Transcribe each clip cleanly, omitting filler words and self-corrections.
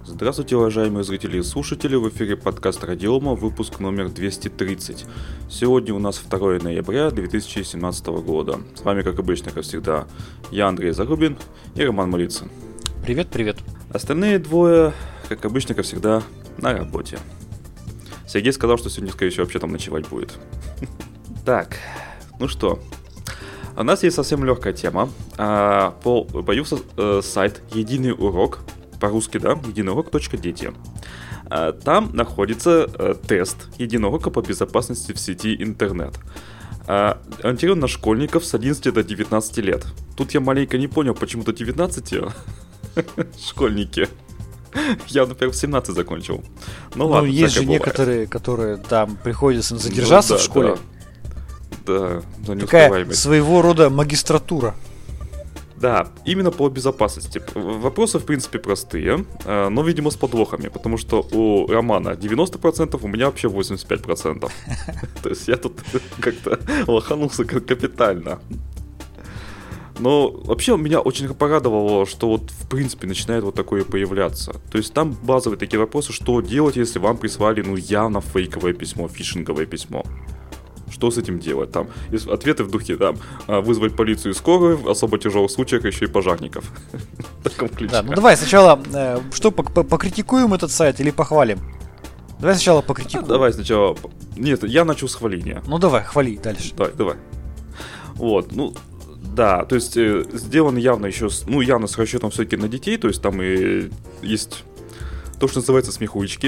Здравствуйте, уважаемые зрители и слушатели, в эфире подкаст Радиома, выпуск номер 230. Сегодня у нас 2 ноября 2017 года. С вами, как обычно, как всегда, я, Андрей Зарубин, и Роман Малицын. Привет. Остальные двое, как обычно, как всегда, на работе. Сергей сказал, что сегодня, скорее всего, вообще там ночевать будет. Так, ну что, у нас есть совсем легкая тема. Появился сайт «Единый урок», по-русски, да, единоурок.дети. Там находится тест единого урока по безопасности в сети интернет. Ориентирован на школьников с 11 до 19 лет. Тут я маленько не понял, почему до 19 школьники. Я, например, в 17 закончил. Ну ладно, есть же некоторые, которые там приходится задержаться в школе. Да, за такая неуспеваемость. Своего рода магистратура. Да, именно по безопасности. Вопросы, в принципе, простые, но, видимо, с подвохами, потому что у Романа 90%, у меня вообще 85%. То есть я тут как-то лоханулся капитально. Но вообще меня очень порадовало, что вот в принципе начинает вот такое появляться. То есть там базовые такие вопросы, что делать, если вам прислали, явно фейковое письмо, фишинговое письмо. Что с этим делать? Там ответы в духе, там, вызвать полицию и скорую, в особо тяжелых случаях еще и пожарников. В таком ключе. Да, давай сначала, что, покритикуем этот сайт или похвалим? Давай сначала покритикуем. Давай сначала. Нет, я начал с хваления. Давай, хвали дальше. Давай. Вот, да, то есть сделано явно еще, явно с расчетом все-таки на детей, то есть там и есть то, что называется смехуечки.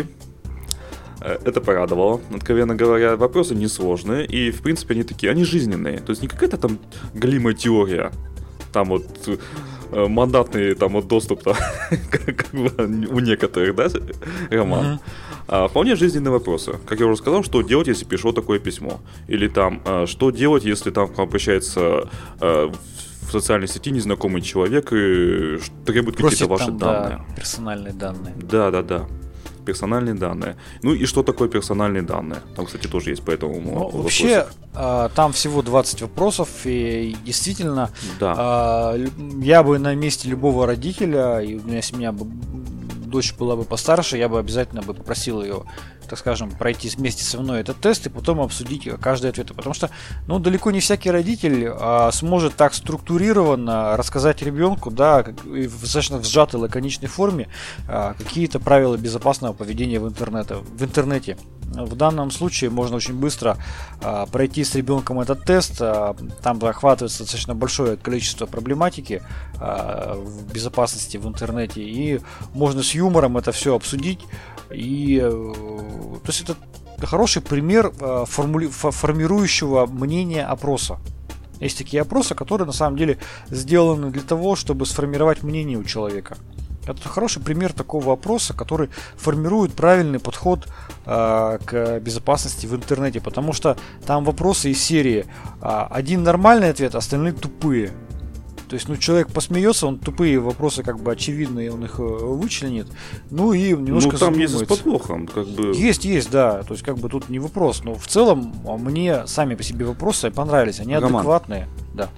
Это порадовало, откровенно говоря. Вопросы несложные, и, в принципе, они жизненные. То есть не какая-то там галимая теория, там вот мандатный там вот доступ там, как бы у некоторых, да, Роман? А вполне жизненные вопросы. Как я уже сказал, что делать, если пришло такое письмо? Или там, что делать, если там к вам обращается в социальной сети незнакомый человек и требует какие-то ваши данные? Да, персональные данные. Да. Персональные данные. И что такое персональные данные? Там, кстати, тоже есть по этому вообще, там всего 20 вопросов, и действительно, да. Я бы на месте любого родителя, и если у меня дочь была бы постарше, я бы обязательно попросил ее, так скажем, пройти вместе со мной этот тест и потом обсудить каждый ответ. Потому что, далеко не всякий родитель сможет так структурированно рассказать ребенку, да, в достаточно в сжатой, лаконичной форме какие-то правила безопасного поведения в интернете. В данном случае можно очень быстро пройти с ребенком этот тест. Там охватывается достаточно большое количество проблематики в безопасности в интернете, и можно с юмором это все обсудить. И то есть это хороший пример формирующего мнения опроса. Есть такие опросы, которые на самом деле сделаны для того, чтобы сформировать мнение у человека. Это хороший пример такого опроса, который формирует правильный подход к безопасности в интернете, потому что там вопросы из серии один нормальный ответ, остальные тупые. То есть, человек посмеется, он тупые вопросы как бы очевидные, он их вычленит, и немножко там задумается. есть с подвохом, как бы. Есть, да. То есть, как бы тут не вопрос. Но в целом мне сами по себе вопросы понравились, они адекватные. Да.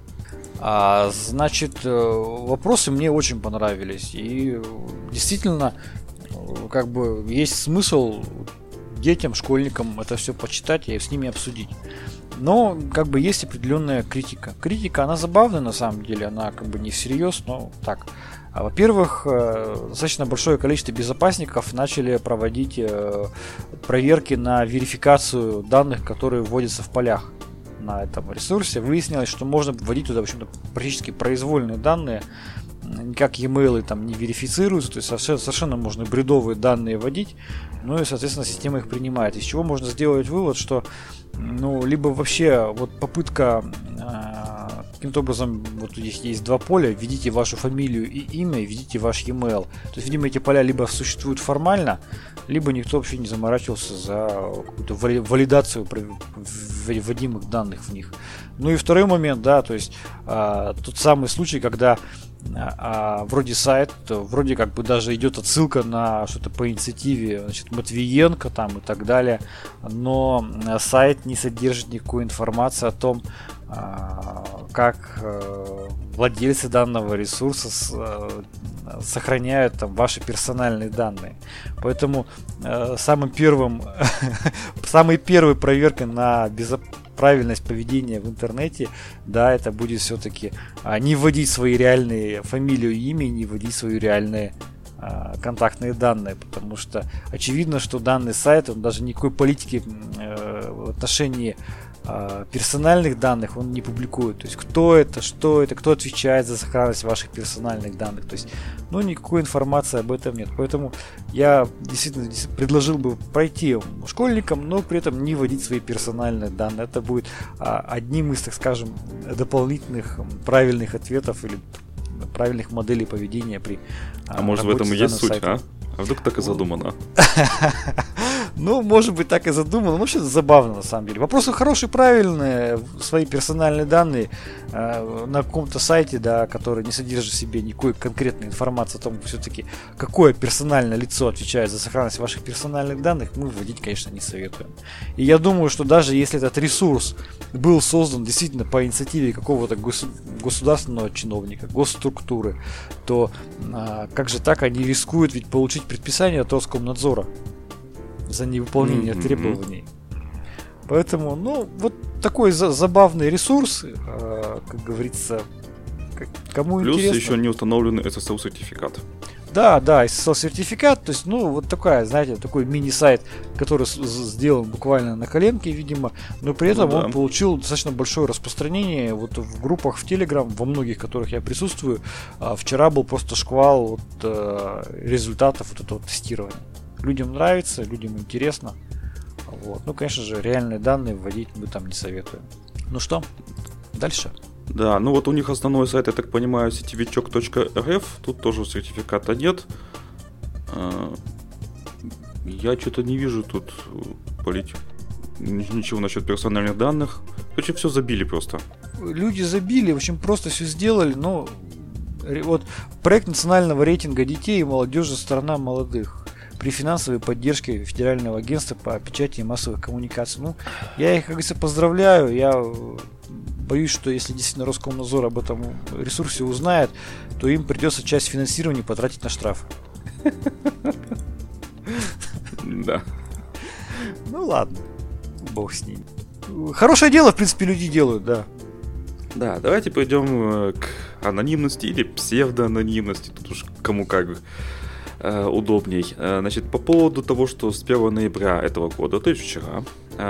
Значит, вопросы мне очень понравились. И действительно, как бы есть смысл детям, школьникам это все почитать и с ними обсудить. Но, как бы, есть определенная критика. Критика, она забавная на самом деле, она как бы не всерьез, но так. Во-первых, достаточно большое количество безопасников начали проводить проверки на верификацию данных, которые вводятся в полях на этом ресурсе. Выяснилось, что можно вводить туда, в общем-то, практически произвольные данные, никак e-mail там не верифицируются, то есть совершенно можно бредовые данные вводить, и, соответственно, система их принимает. Из чего можно сделать вывод, что либо вообще вот попытка каким-то образом, вот есть два поля, введите вашу фамилию и имя, и введите ваш e-mail. То есть, видимо, эти поля либо существуют формально, либо никто вообще не заморачивался за какую-то валидацию вводимых данных в них. И второй момент, да, то есть тот самый случай, когда вроде сайт, вроде как бы даже идет отсылка на что-то по инициативе, Матвиенко там и так далее, но сайт не содержит никакой информации о том, как владельцы данного ресурса сохраняют там ваши персональные данные. Поэтому самой первой проверкой на правильность поведения в интернете, да, это будет все-таки не вводить свои реальные фамилию и имя, не вводить свои реальные контактные данные, потому что очевидно, что данный сайт, он даже никакой политики в отношении персональных данных он не публикует. То есть кто это, что это, кто отвечает за сохранность ваших персональных данных. То есть, никакой информации об этом нет. Поэтому я действительно предложил бы пройти школьникам, но при этом не вводить свои персональные данные. Это будет одним из, так скажем, дополнительных правильных ответов или правильных моделей поведения при может в этом и есть суть, а? А вдруг так и задумано? Может быть, так и задумано. Вообще забавно, на самом деле. Вопросы хорошие, правильные. Свои персональные данные на каком-то сайте, да, который не содержит в себе никакой конкретной информации о том, все-таки какое персональное лицо отвечает за сохранность ваших персональных данных, мы вводить, конечно, не советуем. И я думаю, что даже если этот ресурс был создан действительно по инициативе какого-то государственного чиновника, госструктуры, то как же так они рискуют ведь получить предписание от Роскомнадзора за невыполнение требований. Поэтому, вот такой забавный ресурс, как говорится, кому плюс интересно. Плюс еще не установленный SSL-сертификат. Да, SSL-сертификат, то есть, вот такая, знаете, такой мини-сайт, который сделан буквально на коленке, видимо, но при этом он получил достаточно большое распространение вот в группах в Telegram, во многих которых я присутствую. Вчера был просто шквал результатов этого тестирования. Людям нравится, людям интересно. Вот. Конечно же, реальные данные вводить мы там не советуем. Ну что, дальше? Да, вот у них основной сайт, я так понимаю, сетевичок.рф. Тут тоже сертификата нет. Я что-то не вижу тут ничего насчет персональных данных. Короче, все забили просто. Люди забили, в общем, просто все сделали, но вот проект национального рейтинга детей и молодежи «Страна молодых» при финансовой поддержке Федерального агентства по печати и массовых коммуникаций. Я их, как говорится, поздравляю. Я боюсь, что если действительно Роскомнадзор об этом ресурсе узнает, то им придется часть финансирования потратить на штраф. Да. Ладно. Бог с ними. Хорошее дело, в принципе, люди делают, да. Да, давайте пойдем к анонимности или псевдоанонимности. Тут уж кому как удобней. Значит, по поводу того, что с 1 ноября этого года, то есть вчера,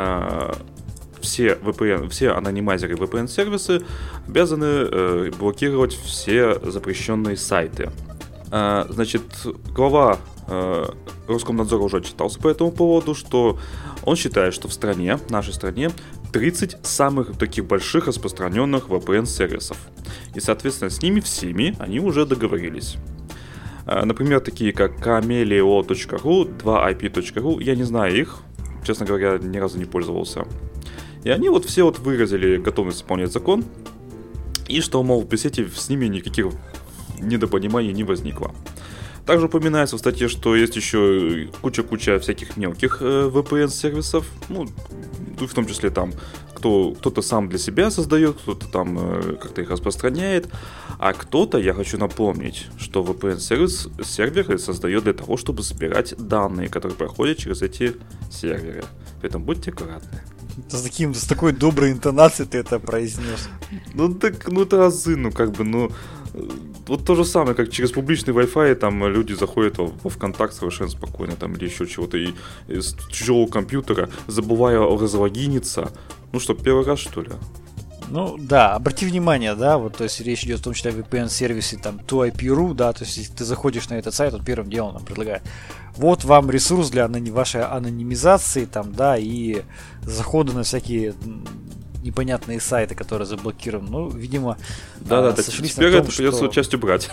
все анонимайзеры VPN-сервисы обязаны блокировать все запрещенные сайты. Значит, глава Роскомнадзора уже отчитался по этому поводу, что он считает, что в нашей стране, 30 самых таких больших распространенных VPN-сервисов. И, соответственно, с ними всеми они уже договорились. Например, такие как camelio.ru, 2ip.ru, я не знаю их, честно говоря, ни разу не пользовался. И они все выразили готовность исполнять закон, и что, мол, в сети с ними никаких недопониманий не возникло. Также упоминается в статье, что есть еще куча всяких мелких VPN-сервисов, в том числе там кто-то сам для себя создает, кто-то там как-то их распространяет, а кто-то, я хочу напомнить, что VPN-серверы создает для того, чтобы собирать данные, которые проходят через эти серверы. Поэтому будьте аккуратны. С такой доброй интонацией ты это произнес. Это азы, вот то же самое, как через публичный Wi-Fi там люди заходят во ВКонтакт совершенно спокойно, там, или еще чего-то, и с чужого компьютера, забывая разлогиниться. Что, первый раз, что ли? Да, обрати внимание, да, то есть речь идет в том числе о VPN-сервисе там 2IP.ru, да, то есть если ты заходишь на этот сайт, он первым делом нам предлагает: вот вам ресурс для вашей анонимизации, там, да, и захода на всякие непонятные сайты, которые заблокированы. Видимо, сошлись на том, это придется часть убрать.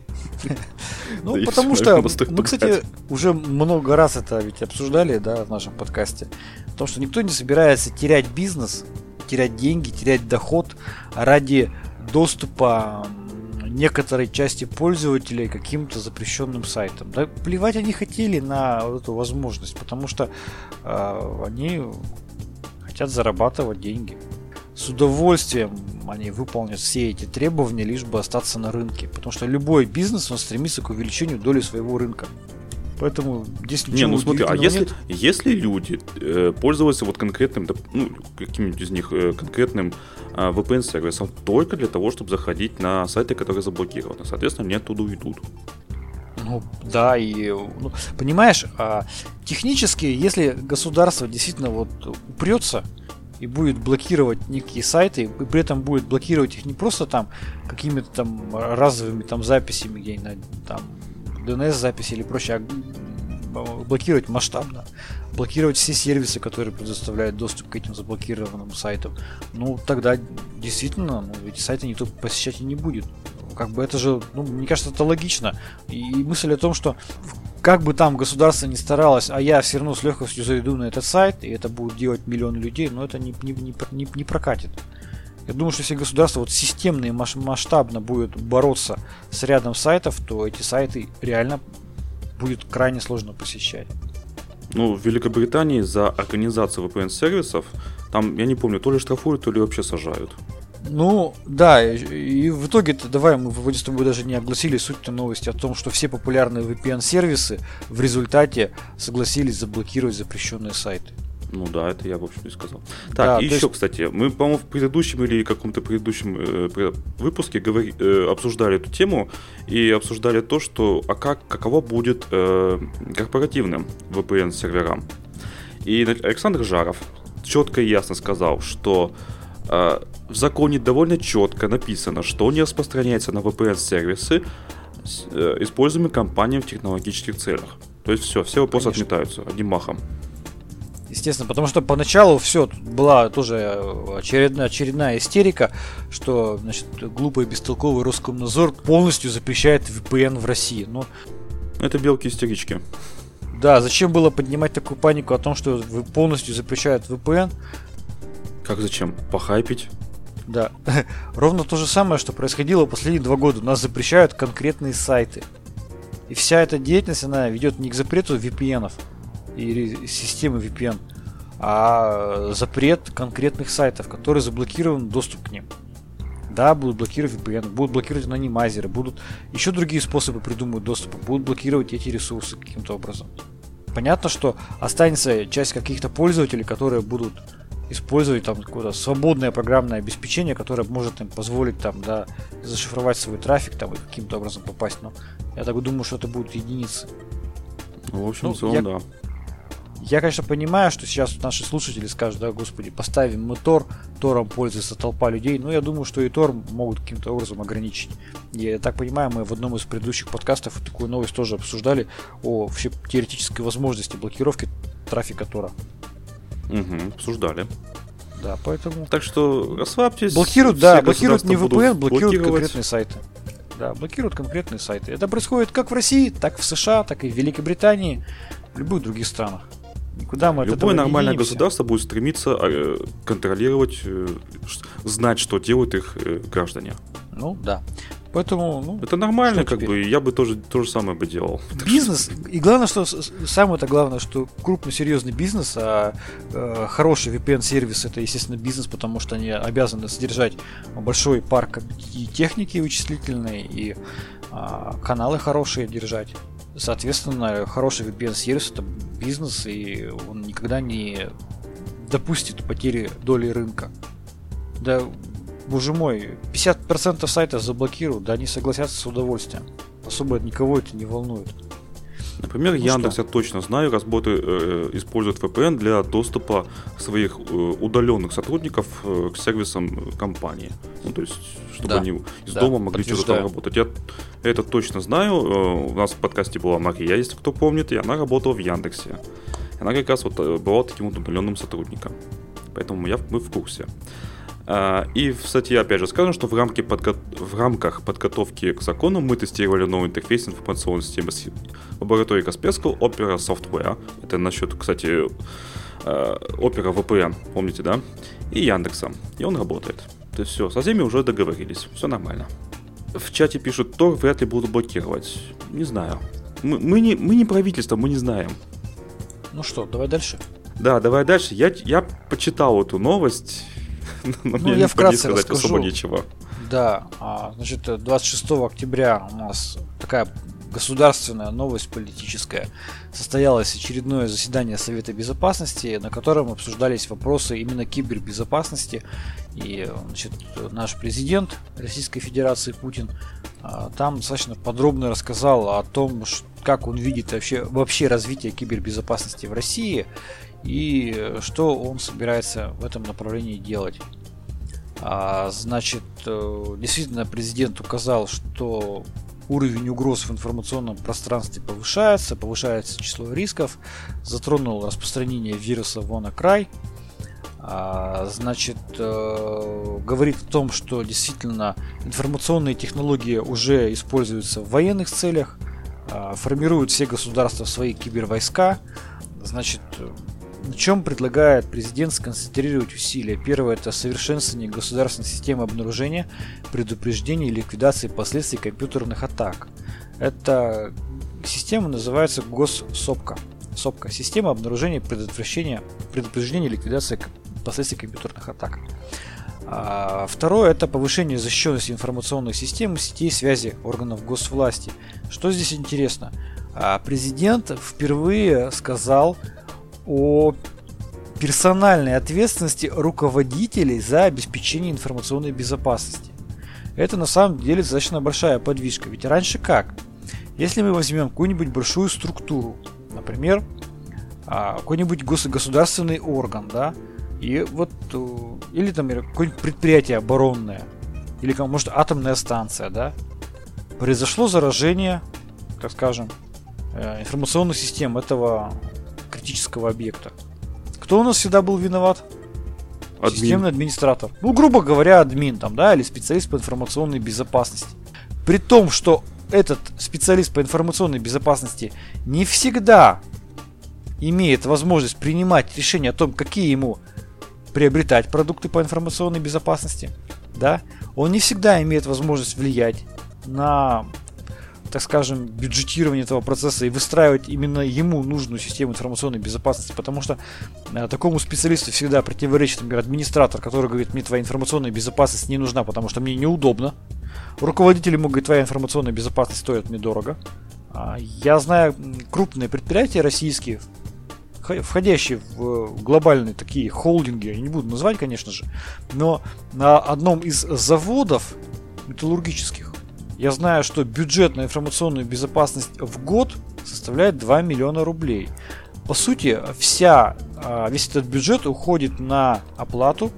Потому что мы, кстати, уже много раз это ведь обсуждали, да, в нашем подкасте, о том, что никто не собирается терять бизнес, терять деньги, терять доход ради доступа некоторой части пользователей к каким-то запрещенным сайтам. Да, плевать они хотели на эту возможность, потому что они хотят зарабатывать деньги. С удовольствием там они выполнят все эти требования, лишь бы остаться на рынке. Потому что любой бизнес, он стремится к увеличению доли своего рынка. Поэтому здесь ничего удивительного нет. Если люди пользуются вот конкретным, каким-нибудь из них конкретным VPN-сервисом только для того, чтобы заходить на сайты, которые заблокированы, соответственно, они оттуда уйдут. Ну, да, понимаешь, технически, если государство действительно вот упрется и будет блокировать некие сайты, и при этом будет блокировать их не просто там какими-то там разовыми там записями где-нибудь, там DNS-записи или прочее, а блокировать масштабно, блокировать все сервисы, которые предоставляют доступ к этим заблокированным сайтам, ну, тогда действительно эти сайты никто посещать и не будет. Как бы это же, мне кажется, это логично. И мысль о том, что как бы там государство ни старалось, а я все равно с легкостью зайду на этот сайт, и это будут делать миллионы людей, но это не прокатит. Я думаю, что если государство вот системно и масштабно будет бороться с рядом сайтов, то эти сайты реально будет крайне сложно посещать. Ну, в Великобритании за организацию VPN-сервисов, там, я не помню, то ли штрафуют, то ли вообще сажают. Ну, да, и в итоге-то, давай мы вроде с тобой даже не огласили суть-то новости о том, что все популярные VPN-сервисы в результате согласились заблокировать запрещенные сайты. Ну да, это я, в общем, и сказал. Так, да, и еще, кстати, мы, по-моему, в предыдущем или каком-то предыдущем выпуске обсуждали эту тему и обсуждали то, что каково будет корпоративным VPN-серверам. И Александр Жаров четко и ясно сказал, что в законе довольно четко написано, что не распространяется на VPN-сервисы, используемые компаниями в технологических целях. То есть все вопросы отметаются одним махом. Естественно, потому что поначалу все была тоже очередная истерика, что, значит, глупый и бестолковый Роскомнадзор полностью запрещает VPN в России. Но... Это белки-истерички. Да, зачем было поднимать такую панику о том, что полностью запрещают VPN? Как зачем? Похайпить? Да. Ровно то же самое, что происходило последние 2 года. Нас запрещают конкретные сайты. И вся эта деятельность, она ведет не к запрету VPN-ов или системы VPN, а запрет конкретных сайтов, которые заблокирован доступ к ним. Да, будут блокировать VPN, будут блокировать анонимайзеры, будут еще другие способы придумывать доступа, будут блокировать эти ресурсы каким-то образом. Понятно, что останется часть каких-то пользователей, которые будут использовать там какое-то свободное программное обеспечение, которое может им позволить там, да, зашифровать свой трафик там, и каким-то образом попасть. Но я так думаю, что это будут единицы. Ну, в общем, да. Я, конечно, понимаю, что сейчас наши слушатели скажут, да, господи, поставим мы Tor, Тором пользуется толпа людей, но я думаю, что и Tor могут каким-то образом ограничить. Я так понимаю, мы в одном из предыдущих подкастов такую новость тоже обсуждали о вообще теоретической возможности блокировки трафика Tora. Обсуждали. Да, поэтому... Так что расслабьтесь. Блокируют не VPN, блокируют конкретные сайты. Да, блокируют конкретные сайты. Это происходит как в России, так в США, так и в Великобритании, в любых других странах. Никуда мы от этого не денемся. Любое нормальное государство будет стремиться контролировать, знать, что делают их граждане. Ну, да. Поэтому, это нормально, как бы, я бы тоже то же самое бы делал. Бизнес, и главное, что самое-то главное, что крупный серьезный бизнес, а хороший VPN-сервис — это, естественно, бизнес, потому что они обязаны содержать большой парк и техники вычислительной, и каналы хорошие держать. Соответственно, хороший VPN-сервис — это бизнес, и он никогда не допустит потери доли рынка. Да, боже мой, 50% сайтов заблокируют, да они согласятся с удовольствием. Особо никого это не волнует. Например, Яндекс, я точно знаю, использует VPN для доступа своих удаленных сотрудников к сервисам компании. Ну, то есть, чтобы они из дома могли что-то там работать. Я это точно знаю. У нас в подкасте была Мария, если кто помнит, и она работала в Яндексе. Она как раз вот была таким вот удаленным сотрудником. Поэтому мы в курсе. И в статье опять же сказано, что в рамках подготовки к закону мы тестировали новый интерфейс информационной системы лаборатории Касперского Opera Software. Это насчет, кстати, Opera VPN, помните, да? И Яндекса. И он работает. То есть все, со всеми уже договорились. Все нормально. В чате пишут, Tor вряд ли будут блокировать. Не знаю. Мы не правительство, мы не знаем. Ну что, давай дальше. Да, давай дальше. Я почитал эту новость. Но я вкратце сказать расскажу. Особо нечего. Да, значит, 26 октября у нас такая государственная новость политическая. Состоялось очередное заседание Совета Безопасности, на котором обсуждались вопросы именно кибербезопасности. И, значит, наш президент Российской Федерации Путин там достаточно подробно рассказал о том, как он видит вообще развитие кибербезопасности в России и что он собирается в этом направлении делать. Значит, действительно, президент указал, что уровень угроз в информационном пространстве повышается число рисков, затронул распространение вируса WannaCry. Значит, говорит о том, что действительно информационные технологии уже используются в военных целях, формируют все государства свои кибервойска. Значит, на чем предлагает президент сконцентрировать усилия? Первое — это совершенствование государственной системы обнаружения, предупреждения и ликвидации последствий компьютерных атак. Эта система называется ГосСОПКа. СОПКа — система обнаружения, предупреждения и ликвидации последствий компьютерных атак. Второе — это повышение защищенности информационных систем и сетей связи органов госвласти. Что здесь интересно? Президент впервые сказал о персональной ответственности руководителей за обеспечение информационной безопасности. Это на самом деле достаточно большая подвижка. Ведь раньше как? Если мы возьмем какую-нибудь большую структуру, например, какой-нибудь государственный орган, да, и вот, или там какое-нибудь предприятие оборонное, или, может, атомная станция, да, произошло заражение, так скажем, информационных систем этого критического объекта. Кто у нас всегда был виноват? Админ. Системный администратор. Ну, грубо говоря, админ там, да, или специалист по информационной безопасности. При том, что этот специалист по информационной безопасности не всегда имеет возможность принимать решения о том, какие ему приобретать продукты по информационной безопасности, да, он не всегда имеет возможность влиять на, так скажем, бюджетирование этого процесса и выстраивать именно ему нужную систему информационной безопасности, потому что такому специалисту всегда противоречит, например, администратор, который говорит: мне твоя информационная безопасность не нужна, потому что мне неудобно. Руководитель ему говорит: твоя информационная безопасность стоит мне дорого. Я знаю крупные предприятия российские, входящие в глобальные такие холдинги, я не буду называть, конечно же, но на одном из заводов металлургических я знаю, что бюджет на информационную безопасность в год составляет 2 миллиона рублей. По сути, весь этот бюджет уходит на оплату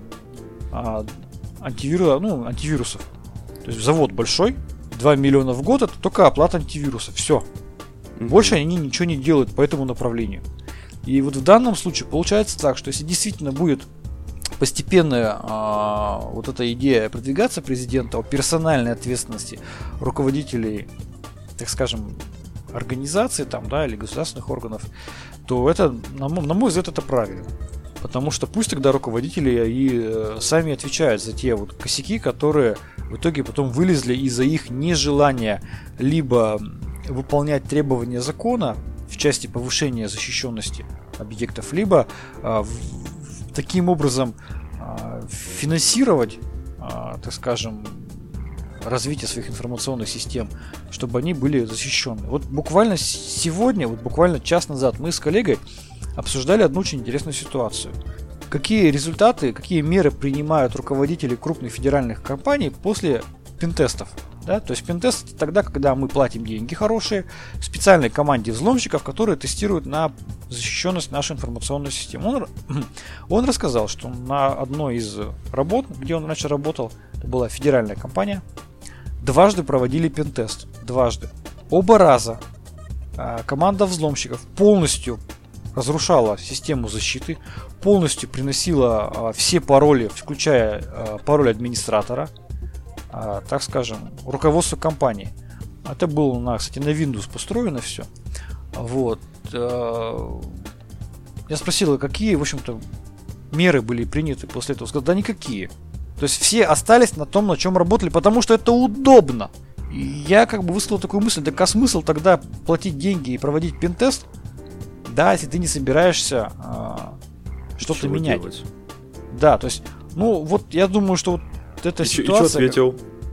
антивирусов. То есть завод большой, 2 миллиона в год — это только оплата антивируса. Все. Больше они ничего не делают по этому направлению. И вот в данном случае получается так, что если действительно будет постепенно вот эта идея продвигаться президента о персональной ответственности руководителей, так скажем, организаций там, да, или государственных органов, то это, на мой взгляд, это правильно. Потому что пусть тогда руководители и сами отвечают за те вот косяки, которые в итоге потом вылезли из-за их нежелания либо выполнять требования закона в части повышения защищенности объектов, либо таким образом финансировать, так скажем, развитие своих информационных систем, чтобы они были защищены. Вот буквально сегодня, буквально час назад мы с коллегой обсуждали одну очень интересную ситуацию. Какие результаты, какие меры принимают руководители крупных федеральных компаний после пентестов? Да? То есть пентест — это тогда, когда мы платим деньги хорошие специальной команде взломщиков, которые тестируют на защищенность нашей информационной системы. Он рассказал, что на одной из работ, где он раньше работал, это была федеральная компания, дважды проводили пентест. Дважды. Оба раза команда взломщиков полностью разрушала систему защиты, полностью приносила все пароли, включая пароль администратора, так скажем, руководству компании. Это было, кстати, на Windows построено все. Вот. Я спросил, какие, в общем-то, меры были приняты после этого. Сказал: да никакие. То есть все остались на том, на чем работали, потому что это удобно. И я высказал такую мысль: так а смысл тогда платить деньги и проводить пентест, да, если ты не собираешься что-то менять. Делать? Да, то есть, Ну, вот я думаю, что вот эта ситуация... И что ответил?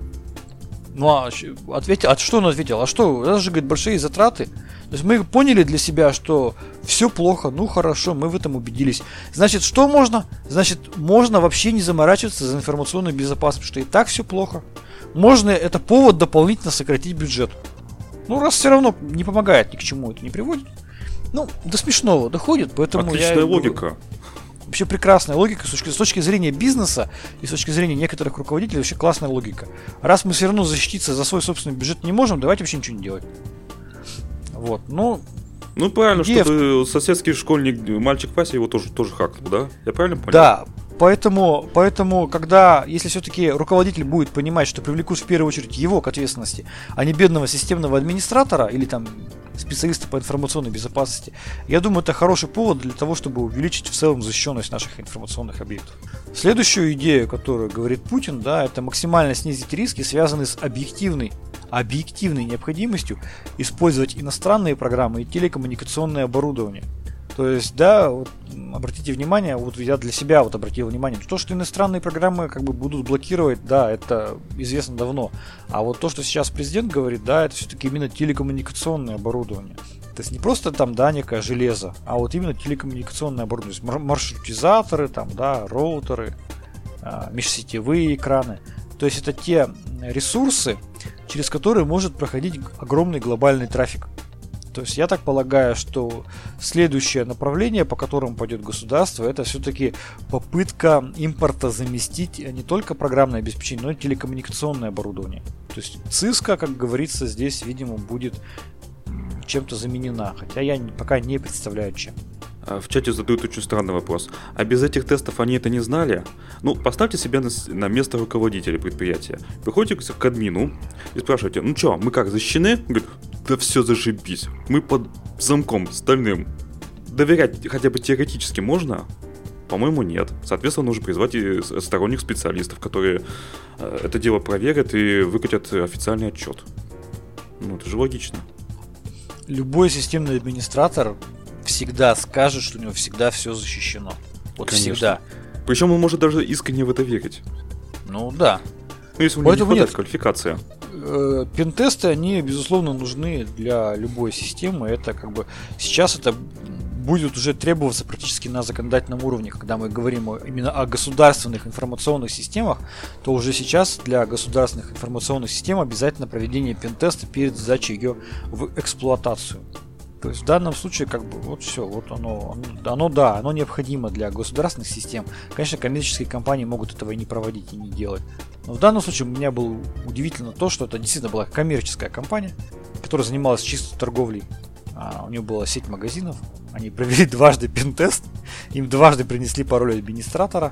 Ну, ответил, а что он ответил? А что? Это же, говорит, большие затраты. То есть мы поняли для себя, что все плохо, ну хорошо, мы в этом убедились. Значит, что можно? Значит, можно вообще не заморачиваться за информационную безопасность, что и так все плохо. Можно, это повод дополнительно сократить бюджет. Ну, раз все равно не помогает, ни к чему это не приводит. Ну, до смешного доходит, поэтому отличная логика. Вообще прекрасная логика с точки зрения бизнеса и с точки зрения некоторых руководителей, вообще классная логика. Раз мы все равно защититься за свой собственный бюджет не можем, давайте вообще ничего не делать. Вот, ну правильно, чтобы соседский школьник, мальчик Вася его тоже хакнул, да? Я правильно понял? Да, поэтому, когда, если все-таки руководитель будет понимать, что привлекут в первую очередь его к ответственности, а не бедного системного администратора или там специалиста по информационной безопасности, я думаю, это хороший повод для того, чтобы увеличить в целом защищенность наших информационных объектов. Следующую идею, которую говорит Путин, да, это максимально снизить риски, связанные с объективной необходимостью использовать иностранные программы и телекоммуникационное оборудование. То есть, да, вот, обратите внимание, вот я для себя вот обратил внимание, то, что иностранные программы как бы будут блокировать, да, это известно давно. А вот то, что сейчас президент говорит, да, это все-таки именно телекоммуникационное оборудование. То есть не просто там, да, некое железо, а вот именно телекоммуникационное оборудование. То есть маршрутизаторы, там, да, роутеры, межсетевые экраны. То есть это те ресурсы, через которые может проходить огромный глобальный трафик. То есть я так полагаю, что следующее направление, по которому пойдет государство, это все-таки попытка импорта заместить не только программное обеспечение, но и телекоммуникационное оборудование. То есть ЦИСКа, как говорится, здесь, видимо, будет чем-то заменена, хотя я пока не представляю чем. В чате задают очень странный вопрос. А без этих тестов они это не знали? Ну, поставьте себя на место руководителя предприятия. Приходите к админу и спрашиваете, ну что, мы как, защищены? Говорит, да все зашибись. Мы под замком стальным. Доверять хотя бы теоретически можно? По-моему, нет. Соответственно, нужно призвать и сторонних специалистов, которые это дело проверят и выкатят официальный отчет. Ну, это же логично. Любой системный администратор всегда скажет, что у него всегда все защищено. Вот конечно. Всегда. Причем он может даже искренне в это верить. Ну да. Ну, если у него не хватает квалификации. Пентесты, они, безусловно, нужны для любой системы. Это как бы сейчас это будет уже требоваться практически на законодательном уровне. Когда мы говорим именно о государственных информационных системах, то уже сейчас для государственных информационных систем обязательно проведение пентеста перед сдачей ее в эксплуатацию. То есть в данном случае как бы вот все, вот оно необходимо для государственных систем. Конечно, коммерческие компании могут этого и не проводить, и не делать. Но в данном случае у меня было удивительно то, что это действительно была коммерческая компания, которая занималась чисто торговлей. У нее была сеть магазинов. Они провели дважды пентест, им дважды принесли пароль администратора.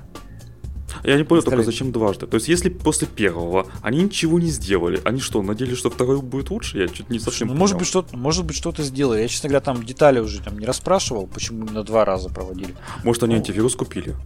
Я не понял только, зачем дважды. То есть, если после первого они ничего не сделали, они что, надеялись, что второй будет лучше? Я чуть не совсем понял. Может быть, что-то сделали. Я, честно говоря, там детали уже там не расспрашивал, почему именно 2 раза проводили. Может, они антивирус купили?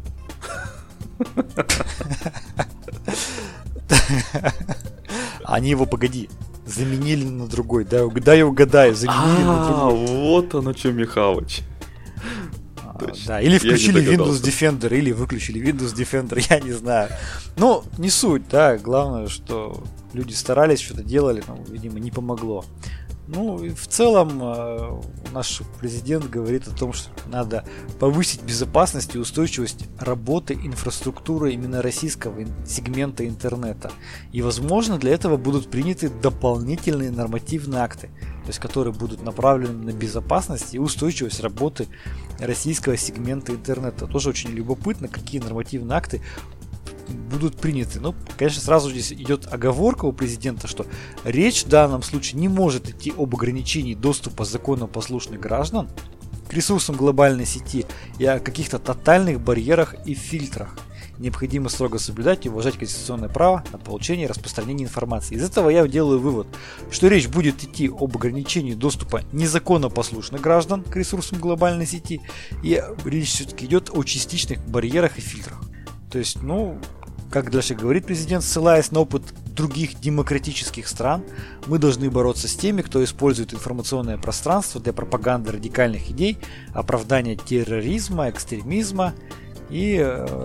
Они его, погоди, заменили на другой. Да, я угадаю, заменили на другой. Вот оно что, Михалыч. Да, или включили Windows Defender, или выключили Windows Defender, я не знаю. Ну, не суть, да, главное, что люди старались, что-то делали, но, видимо, не помогло. Ну, и в целом наш президент говорит о том, что надо повысить безопасность и устойчивость работы инфраструктуры именно российского сегмента интернета. И, возможно, для этого будут приняты дополнительные нормативные акты, то есть которые будут направлены на безопасность и устойчивость работы российского сегмента интернета. Тоже очень любопытно, какие нормативные акты будут приняты. Но, конечно, сразу здесь идет оговорка у президента, что речь в данном случае не может идти об ограничении доступа законопослушных граждан к ресурсам глобальной сети и о каких-то тотальных барьерах и фильтрах. Необходимо строго соблюдать и уважать конституционное право на получение и распространение информации. Из этого я делаю вывод, что речь будет идти об ограничении доступа незаконнопослушных граждан к ресурсам глобальной сети, и речь все-таки идет о частичных барьерах и фильтрах. То есть, как дальше говорит президент, ссылаясь на опыт других демократических стран, мы должны бороться с теми, кто использует информационное пространство для пропаганды радикальных идей, оправдания терроризма, экстремизма и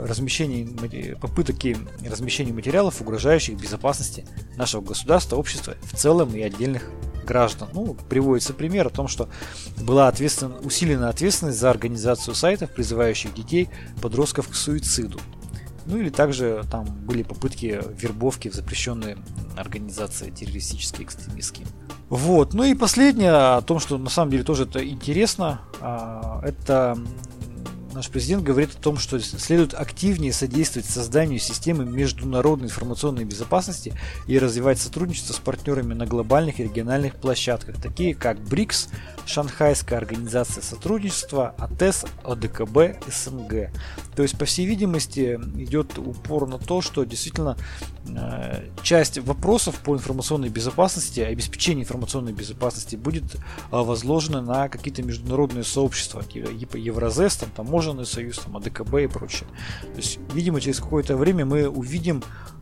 попытки размещения материалов, угрожающих безопасности нашего государства, общества в целом и отдельных граждан. Приводится пример о том, что была усилена ответственность за организацию сайтов, призывающих детей, подростков к суициду. Или также там были попытки вербовки в запрещенные организации террористические, экстремистские. И последнее о том, что на самом деле тоже это интересно, это наш президент говорит о том, что следует активнее содействовать созданию системы международной информационной безопасности и развивать сотрудничество с партнерами на глобальных и региональных площадках, такие как БРИКС, Шанхайская организация сотрудничества, АТЭС, ОДКБ, СНГ. То есть, по всей видимости, идет упор на то, что действительно часть вопросов по информационной безопасности, обеспечению информационной безопасности будет возложена на какие-то международные сообщества, типа Евразес, Таможенный союз, АДКБ и прочее. То есть, видимо, через какое-то время мы увидим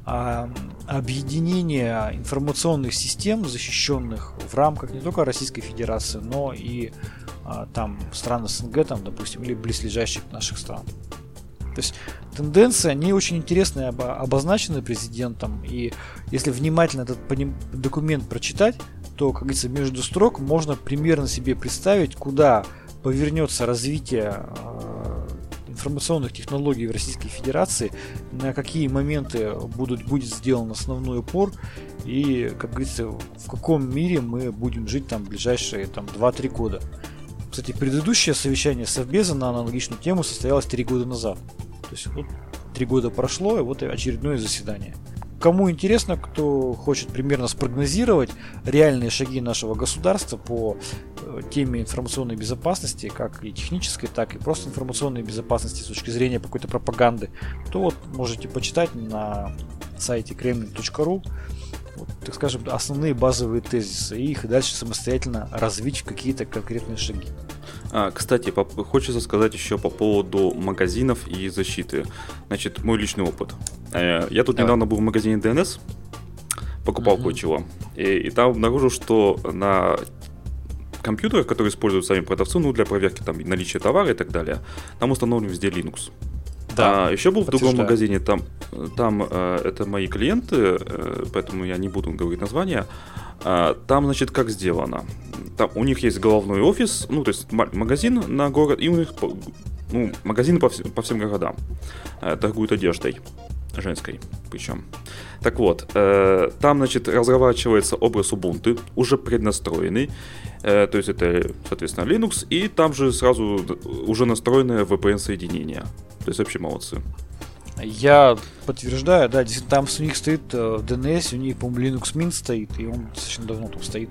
объединение информационных систем, защищенных в рамках не только Российской Федерации, но и стран СНГ, допустим, или близлежащих наших стран. То есть тенденции, они очень интересные, обозначены президентом, и если внимательно этот документ прочитать, то, как говорится, между строк можно примерно себе представить, куда повернется развитие информационных технологий в Российской Федерации, на какие моменты будет сделан основной упор и, как говорится, в каком мире мы будем жить в ближайшие 2-3 года. Кстати, предыдущее совещание Совбеза на аналогичную тему состоялось 3 года назад. То есть 3 года прошло, и очередное заседание. Кому интересно, кто хочет примерно спрогнозировать реальные шаги нашего государства по теме информационной безопасности, как и технической, так и просто информационной безопасности с точки зрения какой-то пропаганды, то можете почитать на сайте kremlin.ru, так скажем, основные базовые тезисы и их дальше самостоятельно развить в какие-то конкретные шаги. Кстати, хочется сказать еще по поводу магазинов и защиты. Значит, мой личный опыт. Я тут недавно был в магазине DNS, покупал кое-чего, и там обнаружил, что на компьютерах, которые используют сами продавцы, для проверки наличия товара и так далее, там установлен везде Linux. Да, еще был в другом магазине, там это мои клиенты, поэтому я не буду говорить название. Там, значит, как сделано. Там у них есть головной офис, то есть магазин на город, и у них магазины по всем городам. Торгуют одеждой женской причем. Так вот, там, значит, разворачивается образ Ubuntu, уже преднастроенный. То есть это, соответственно, Linux, и там же сразу уже настроенное VPN-соединение. То есть вообще молодцы. Я подтверждаю, да, действительно, там у них стоит DNS, у них, по-моему, Linux Mint стоит, и он достаточно давно там стоит.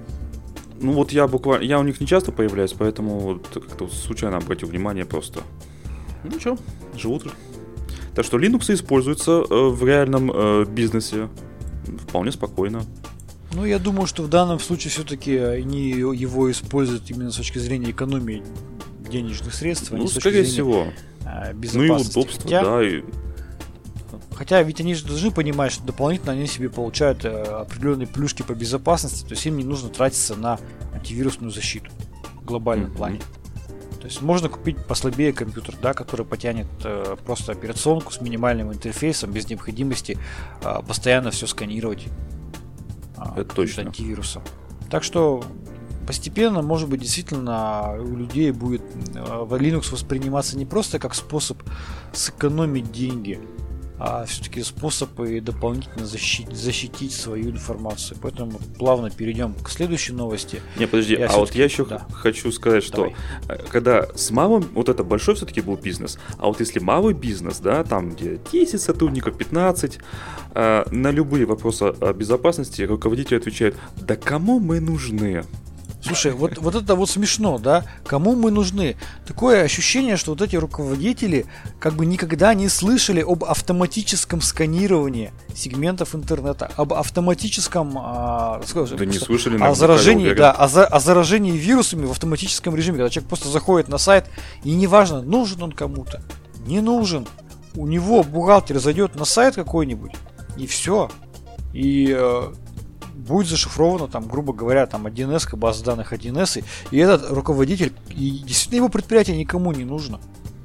Я у них не часто появляюсь, поэтому как-то случайно обратил внимание просто. Ничего, живут же. Так что Linux используется в реальном бизнесе вполне спокойно. Я думаю, что в данном случае все-таки они его используют именно с точки зрения экономии денежных средств, а не с точки зрения всего. Безопасности. И удобства, да. Хотя ведь они же должны понимать, что дополнительно они себе получают определенные плюшки по безопасности, то есть им не нужно тратиться на антивирусную защиту в глобальном плане. То есть можно купить послабее компьютер, да, который потянет просто операционку с минимальным интерфейсом, без необходимости постоянно все сканировать. Это точно. Антивирусом. Так что постепенно, может быть, действительно у людей будет Linux восприниматься не просто как способ сэкономить деньги, а все-таки способ и дополнительно защитить свою информацию. Поэтому плавно перейдем к следующей новости. Не, подожди, я еще хочу сказать, что когда с малым, это большой все-таки был бизнес, а вот если малый бизнес, да, там где 10 сотрудников, 15, на любые вопросы о безопасности руководитель отвечает: да кому мы нужны? Слушай, вот это смешно, да? Кому мы нужны? Такое ощущение, что эти руководители никогда не слышали об автоматическом сканировании сегментов интернета, об автоматическом не слышали, о заражении, о заражении вирусами в автоматическом режиме, когда человек просто заходит на сайт, и неважно, нужен он кому-то, не нужен. У него бухгалтер зайдет на сайт какой-нибудь, и все. И будет зашифровано, грубо говоря, 1С, база данных 1С, и этот руководитель, и действительно его предприятие никому не нужно.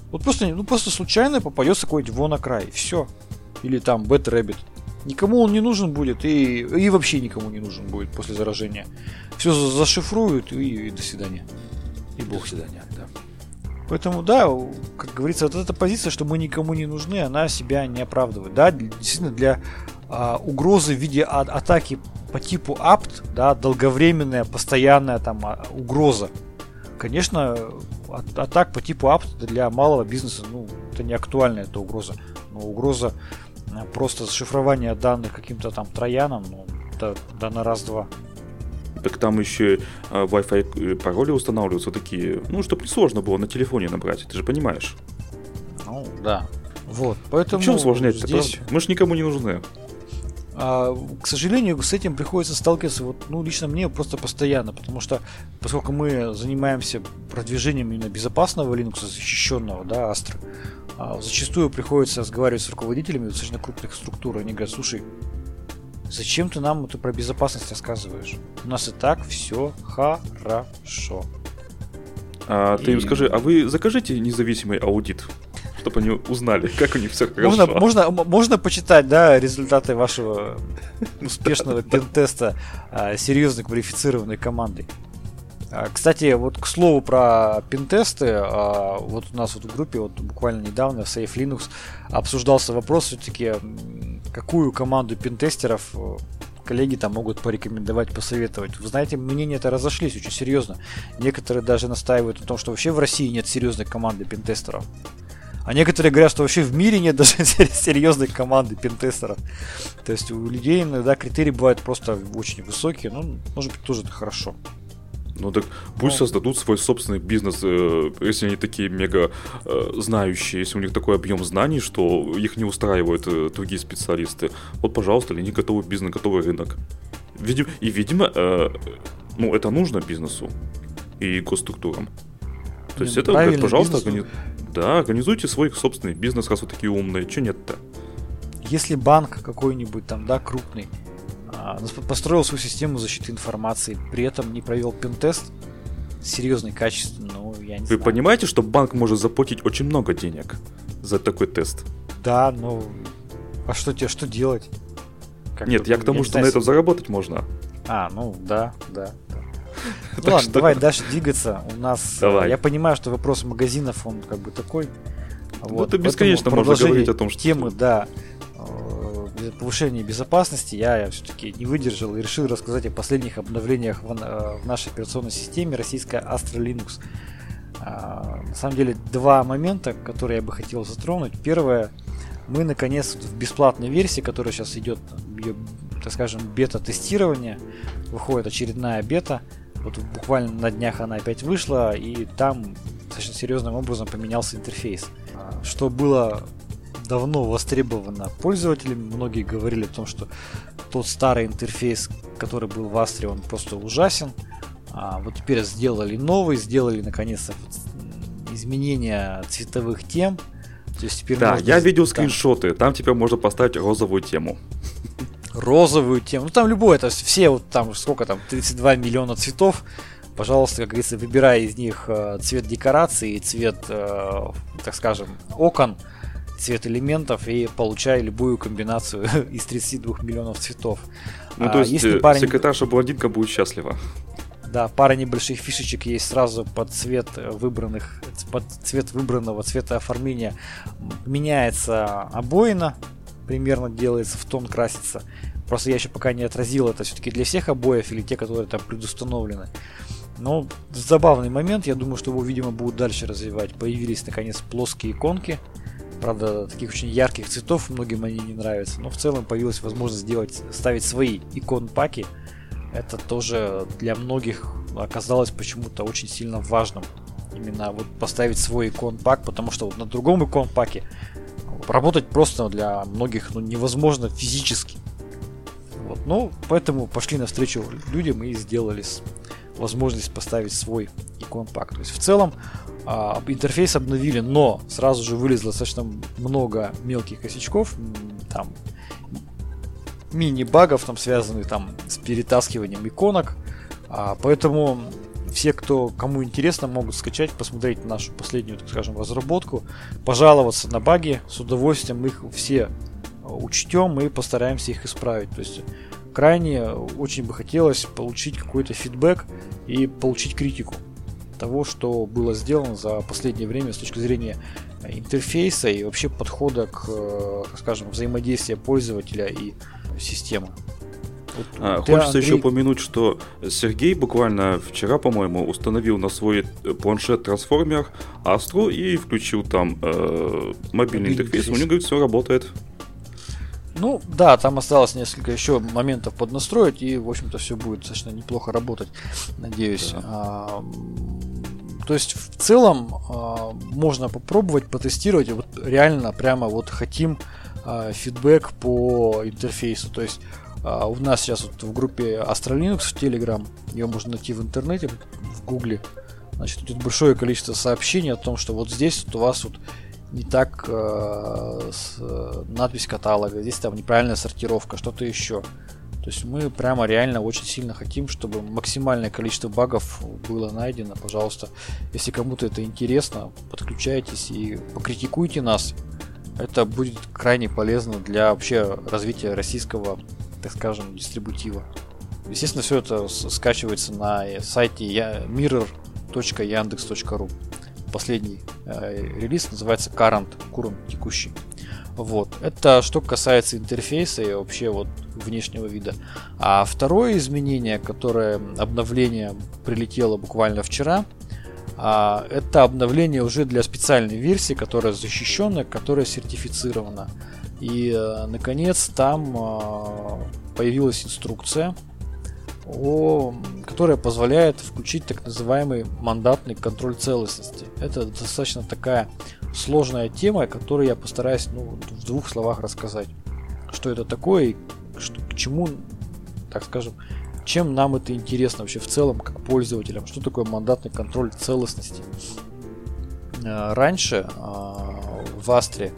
Вот просто случайно попадется какой-нибудь WannaCry, все. Или там Bad Rabbit. Никому он не нужен будет и вообще никому не нужен будет после заражения. Все зашифруют и до свидания. И бог свидания, да. Поэтому, да, как говорится, вот эта позиция, что мы никому не нужны, она себя не оправдывает. Да, действительно, для угрозы в виде атаки по типу apt, да, долговременная, постоянная там угроза. Конечно, атак по типу apt для малого бизнеса, это не актуальная эта угроза. Но угроза просто зашифрования данных каким-то там троянам, это да на раз-два. Так там еще Wi-Fi пароли устанавливаются такие, чтобы несложно было на телефоне набрать, ты же понимаешь. Да. Вот, поэтому... Почему усложнять-то, здесь... правда? Мы же никому не нужны. К сожалению, с этим приходится сталкиваться, лично мне просто постоянно, потому что, поскольку мы занимаемся продвижением именно безопасного Linux, защищенного, да, Astra, зачастую приходится разговаривать с руководителями достаточно крупных структур, они говорят: слушай, зачем ты нам это про безопасность рассказываешь? У нас и так все хорошо. Ты им скажи, а вы закажите независимый аудит, чтобы они узнали, как у них все хорошо. Можно почитать, да, результаты вашего успешного пентеста серьезной квалифицированной командой. Кстати, вот к слову про пентесты, вот у нас вот в группе вот буквально недавно в Safe Linux обсуждался вопрос все-таки, какую команду пентестеров коллеги там могут порекомендовать, посоветовать. Вы знаете, мнения-то разошлись очень серьезно. Некоторые даже настаивают на том, что вообще в России нет серьезной команды пентестеров. А некоторые говорят, что вообще в мире нет даже серьезной команды пентестеров. То есть у людей иногда критерии бывают просто очень высокие, может быть, тоже это хорошо. Так пусть создадут свой собственный бизнес, если они такие мега знающие, если у них такой объем знаний, что их не устраивают другие специалисты. Вот, пожалуйста, они готовый бизнес, готовый рынок. Видимо, это нужно бизнесу и госструктурам. То есть это, пожалуйста, организуйте свой собственный бизнес, раз вы такие умные. Чего нет-то? Если банк какой-нибудь там, да, крупный, построил свою систему защиты информации, при этом не провел пентест серьезный, качественный, я не знаю. Вы понимаете, что банк может заплатить очень много денег за такой тест? Да, а что делать? Нет, я к тому, что на этом заработать можно. Да. Ладно, давай дальше двигаться. У нас, я понимаю, что вопрос магазинов, он как бы такой. Это бесконечно можно говорить о том, что... Темы, да, повышения безопасности, я все-таки не выдержал и решил рассказать о последних обновлениях в нашей операционной системе российская Astra Linux. На самом деле, два момента, которые я бы хотел затронуть. Первое, мы наконец в бесплатной версии, которая сейчас идет, так скажем, бета-тестирование, выходит очередная бета. Вот буквально на днях она опять вышла, и там достаточно серьезным образом поменялся интерфейс. Что было давно востребовано пользователями. Многие говорили о том, что тот старый интерфейс, который был в Astra, он просто ужасен. Вот теперь сделали наконец-то изменения цветовых тем. То есть теперь я видел скриншоты, там теперь можно поставить розовую тему. Розовую тему, там любое, то есть все вот там, сколько там, 32 миллиона цветов. Пожалуйста, как говорится, выбирай из них цвет декорации, цвет, так скажем, окон, цвет элементов и получай любую комбинацию из 32 миллионов цветов. То есть секретарша-блондинка будет счастлива. Да, пара небольших фишечек есть сразу под цвет выбранного цвета оформления. Меняется обоина, примерно делается в тон, красится. Просто я еще пока не отразил это все-таки для всех обоев или те, которые там предустановлены. Но забавный момент, я думаю, что его, видимо, будут дальше развивать. Появились наконец плоские иконки. Правда, таких очень ярких цветов многим они не нравятся. Но в целом появилась возможность ставить свои икон-паки. Это тоже для многих оказалось почему-то очень сильно важным. Именно вот поставить свой икон-пак, потому что вот на другом икон-паке работать просто для многих невозможно физически. Поэтому пошли навстречу людям и сделали возможность поставить свой икон-пак. То есть в целом интерфейс обновили, но сразу же вылезло достаточно много мелких косячков, там мини-багов, там связанных там с перетаскиванием иконок. Поэтому все, кому интересно, могут скачать, посмотреть нашу последнюю, так скажем, разработку, пожаловаться на баги. С удовольствием их все учтем и постараемся их исправить. То есть крайне очень бы хотелось получить какой-то фидбэк и получить критику того, что было сделано за последнее время с точки зрения интерфейса и вообще подхода к, скажем, взаимодействию пользователя и системы. Хочется еще упомянуть, что Сергей буквально вчера, по-моему, установил на свой планшет трансформер Astra и включил там мобильный интерфейс. У него, говорит, все работает. Ну да, там осталось несколько еще моментов поднастроить, и, в общем-то, все будет достаточно неплохо работать, надеюсь. Да. То есть, в целом, можно попробовать, потестировать. Вот реально, прямо вот хотим фидбэк по интерфейсу. То есть, у нас сейчас вот в группе Astra Linux в Telegram, ее можно найти в интернете, в Гугле. Значит, тут большое количество сообщений о том, что вот здесь вот у вас вот не так надпись каталога, здесь там неправильная сортировка, что-то еще. То есть мы прямо реально очень сильно хотим, чтобы максимальное количество багов было найдено. Пожалуйста, если кому-то это интересно, подключайтесь и покритикуйте нас. Это будет крайне полезно для вообще развития российского, так скажем, дистрибутива. Естественно, все это скачивается на сайте mirror.yandex.ru. Последний релиз называется Current текущий. Вот. Это что касается интерфейса и вообще вот внешнего вида. А второе изменение, обновление прилетело буквально вчера, это обновление уже для специальной версии, которая защищенная, которая сертифицирована. И, наконец, там появилась инструкция, которая позволяет включить так называемый мандатный контроль целостности. Это достаточно такая сложная тема, которую я постараюсь в двух словах рассказать. Что это такое и к чему, так скажем, чем нам это интересно вообще в целом как пользователям. Что такое мандатный контроль целостности? Раньше в Astra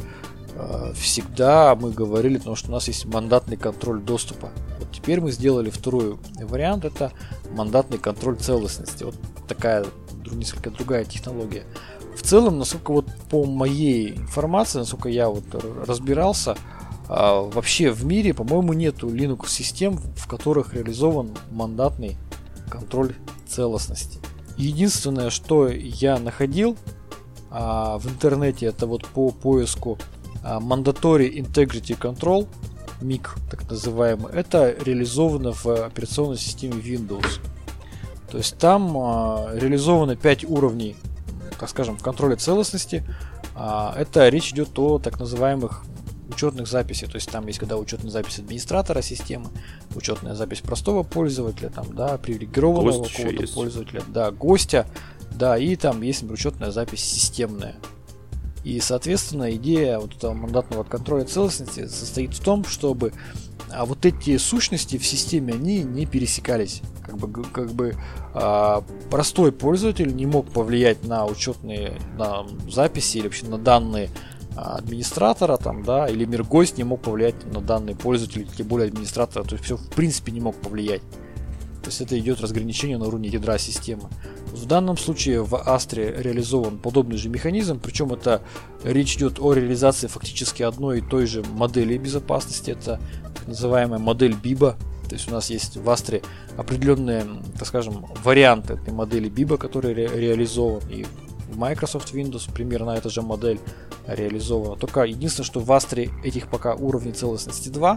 всегда мы говорили, потому что у нас есть мандатный контроль доступа. Вот теперь мы сделали второй вариант, это мандатный контроль целостности. Вот такая несколько другая технология. В целом, насколько вот по моей информации, насколько я вот разбирался, вообще в мире, по-моему, нету Linux систем, в которых реализован мандатный контроль целостности. Единственное, что я находил в интернете, это вот по поиску Mandatory Integrity Control, MIC, так называемый, это реализовано в операционной системе Windows. То есть там реализовано 5 уровней, так скажем, контроля целостности. Это речь идет о так называемых учетных записей. То есть там есть когда учетная запись администратора системы, учетная запись простого пользователя, там, да, привилегированного какого-то пользователя, да, гостя, да, и там есть учетная запись системная. И, соответственно, идея вот этого мандатного контроля целостности состоит в том, чтобы вот эти сущности в системе, они не пересекались. Как бы простой пользователь не мог повлиять на учетные записи или вообще на данные администратора, там, да, или мир-гость не мог повлиять на данные пользователя, тем более администратора, то есть все в принципе не мог повлиять. То есть это идет разграничение на уровне ядра системы. В данном случае в Astra реализован подобный же механизм, причем это речь идет о реализации фактически одной и той же модели безопасности, это так называемая модель BIBA. То есть у нас есть в Astra определенные, так скажем, варианты этой модели BIBA, который реализован, и в Microsoft Windows примерно эта же модель реализована. Только единственное, что в Astra этих пока уровней целостности 2,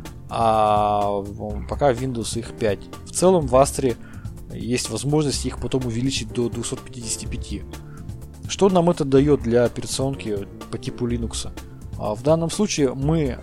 а пока в Windows их 5. В целом в Astra есть возможность их потом увеличить до 255. Что нам это дает для операционки по типу Linux? В данном случае мы